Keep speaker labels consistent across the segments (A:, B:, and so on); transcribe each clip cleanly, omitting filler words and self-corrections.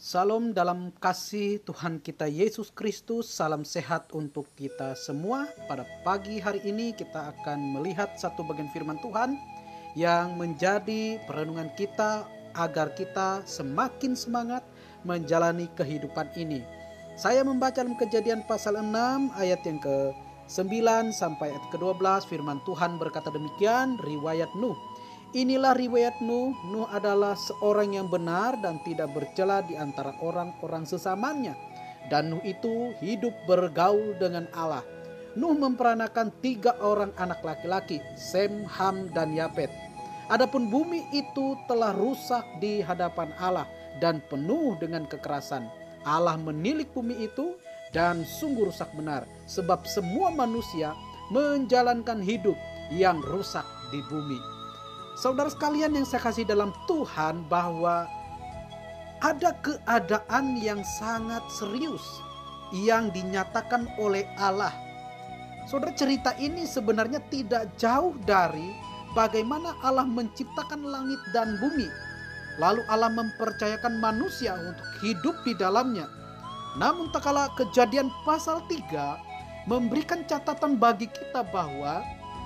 A: Salam dalam kasih Tuhan kita Yesus Kristus. Salam sehat untuk kita semua. Pada pagi hari ini kita akan melihat satu bagian firman Tuhan yang menjadi perenungan kita agar kita semakin semangat menjalani kehidupan ini. Saya membaca dalam Kejadian pasal 6 ayat yang ke-9 sampai ayat ke-12. Firman Tuhan berkata demikian, riwayat Nuh. Inilah riwayat Nuh. Nuh adalah seorang yang benar dan tidak bercela di antara orang-orang sesamanya. Dan Nuh itu hidup bergaul dengan Allah. Nuh memperanakan 3 orang anak laki-laki, Sem, Ham, dan Yafet. Adapun bumi itu telah rusak di hadapan Allah dan penuh dengan kekerasan. Allah menilik bumi itu dan sungguh rusak benar, sebab semua manusia menjalankan hidup yang rusak di bumi. Saudara sekalian yang saya kasih dalam Tuhan, bahwa ada keadaan yang sangat serius yang dinyatakan oleh Allah. Saudara, cerita ini sebenarnya tidak jauh dari bagaimana Allah menciptakan langit dan bumi. Lalu Allah mempercayakan manusia untuk hidup di dalamnya. Namun tak kala Kejadian pasal 3 memberikan catatan bagi kita bahwa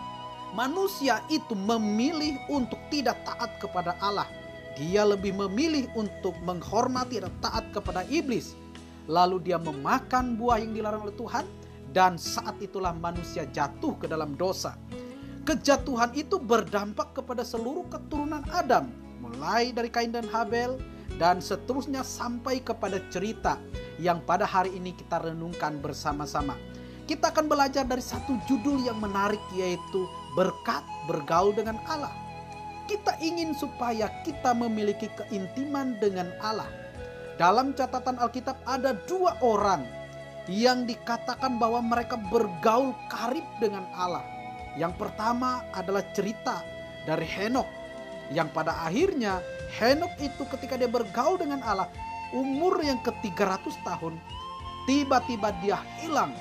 A: manusia itu memilih untuk tidak taat kepada Allah. Dia lebih memilih untuk menghormati dan taat kepada iblis. Lalu dia memakan buah yang dilarang oleh Tuhan, dan saat itulah manusia jatuh ke dalam dosa. Kejatuhan itu berdampak kepada seluruh keturunan Adam, mulai dari Kain dan Habel dan seterusnya sampai kepada cerita yang pada hari ini kita renungkan bersama-sama. Kita akan belajar dari satu judul yang menarik, yaitu berkat bergaul dengan Allah. Kita ingin supaya kita memiliki keintiman dengan Allah. Dalam catatan Alkitab ada 2 orang yang dikatakan bahwa mereka bergaul karib dengan Allah. Yang pertama adalah cerita dari Henokh, yang pada akhirnya Henokh itu ketika dia bergaul dengan Allah, umur yang ke-300 tahun, tiba-tiba dia hilang.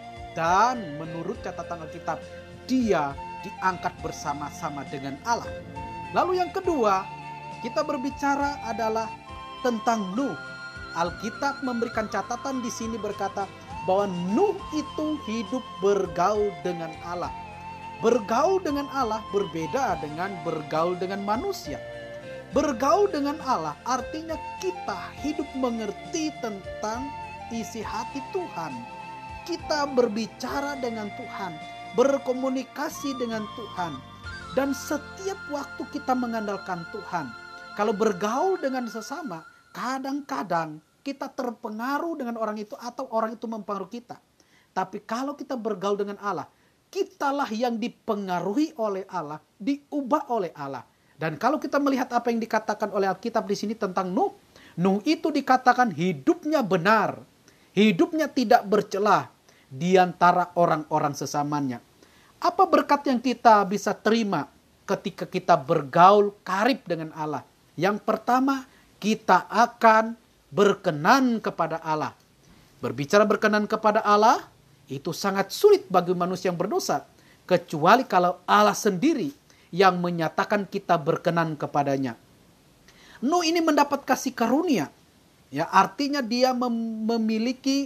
A: Dan menurut catatan Alkitab, dia diangkat bersama-sama dengan Allah. Lalu yang kedua, kita berbicara adalah tentang Nuh. Alkitab memberikan catatan di sini berkata bahwa Nuh itu hidup bergaul dengan Allah. Bergaul dengan Allah berbeda dengan bergaul dengan manusia. Bergaul dengan Allah artinya kita hidup mengerti tentang isi hati Tuhan. Kita berbicara dengan Tuhan, berkomunikasi dengan Tuhan, dan setiap waktu kita mengandalkan Tuhan. Kalau bergaul dengan sesama, kadang-kadang kita terpengaruh dengan orang itu atau orang itu mempengaruhi kita. Tapi kalau kita bergaul dengan Allah, kitalah yang dipengaruhi oleh Allah, diubah oleh Allah. Dan kalau kita melihat apa yang dikatakan oleh Alkitab di sini tentang Nuh, Nuh itu dikatakan hidupnya benar, hidupnya tidak bercelah di antara orang-orang sesamanya. Apa berkat yang kita bisa terima ketika kita bergaul karib dengan Allah? Yang pertama, kita akan berkenan kepada Allah. Berbicara berkenan kepada Allah, itu sangat sulit bagi manusia yang berdosa, kecuali kalau Allah sendiri yang menyatakan kita berkenan kepadanya. Nuh ini mendapat kasih karunia, ya, artinya dia memiliki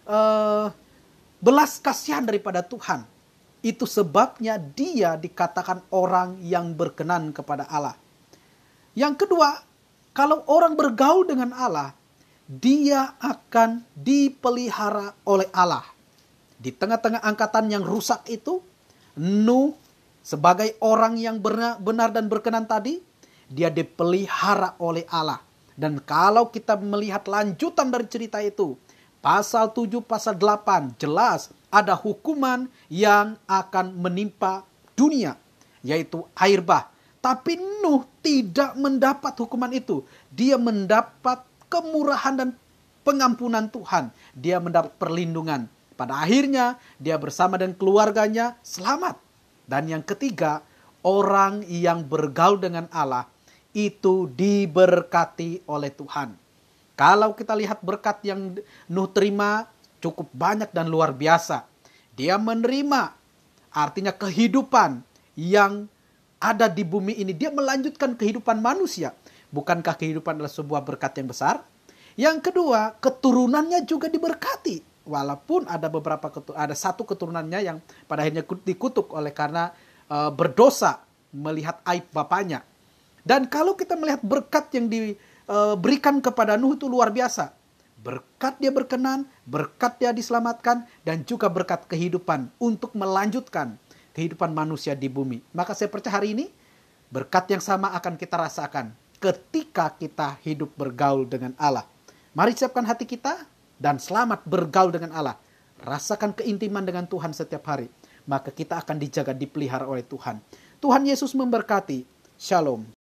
A: belas kasihan daripada Tuhan. Itu sebabnya dia dikatakan orang yang berkenan kepada Allah. Yang kedua, kalau orang bergaul dengan Allah, dia akan dipelihara oleh Allah. Di tengah-tengah angkatan yang rusak itu, Nuh sebagai orang yang benar dan berkenan tadi, dia dipelihara oleh Allah. Dan kalau kita melihat lanjutan dari cerita itu, pasal 7, pasal 8, jelas ada hukuman yang akan menimpa dunia, yaitu air bah. Tapi Nuh tidak mendapat hukuman itu. Dia mendapat kemurahan dan pengampunan Tuhan. Dia mendapat perlindungan. Pada akhirnya dia bersama dengan keluarganya selamat. Dan yang ketiga, orang yang bergaul dengan Allah itu diberkati oleh Tuhan. Kalau kita lihat berkat yang Nuh terima cukup banyak dan luar biasa. Dia menerima, artinya kehidupan yang ada di bumi ini. Dia melanjutkan kehidupan manusia. Bukankah kehidupan adalah sebuah berkat yang besar? Yang kedua, keturunannya juga diberkati. Walaupun ada satu keturunannya yang pada akhirnya dikutuk oleh karena berdosa melihat aib bapaknya. Dan kalau kita melihat berkat yang diberikan kepada Nuh itu luar biasa. Berkat dia berkenan, berkat dia diselamatkan, dan juga berkat kehidupan untuk melanjutkan kehidupan manusia di bumi. Maka saya percaya hari ini berkat yang sama akan kita rasakan ketika kita hidup bergaul dengan Allah. Mari siapkan hati kita dan selamat bergaul dengan Allah. Rasakan keintiman dengan Tuhan setiap hari. Maka kita akan dijaga, dipelihara oleh Tuhan. Tuhan Yesus memberkati. Shalom.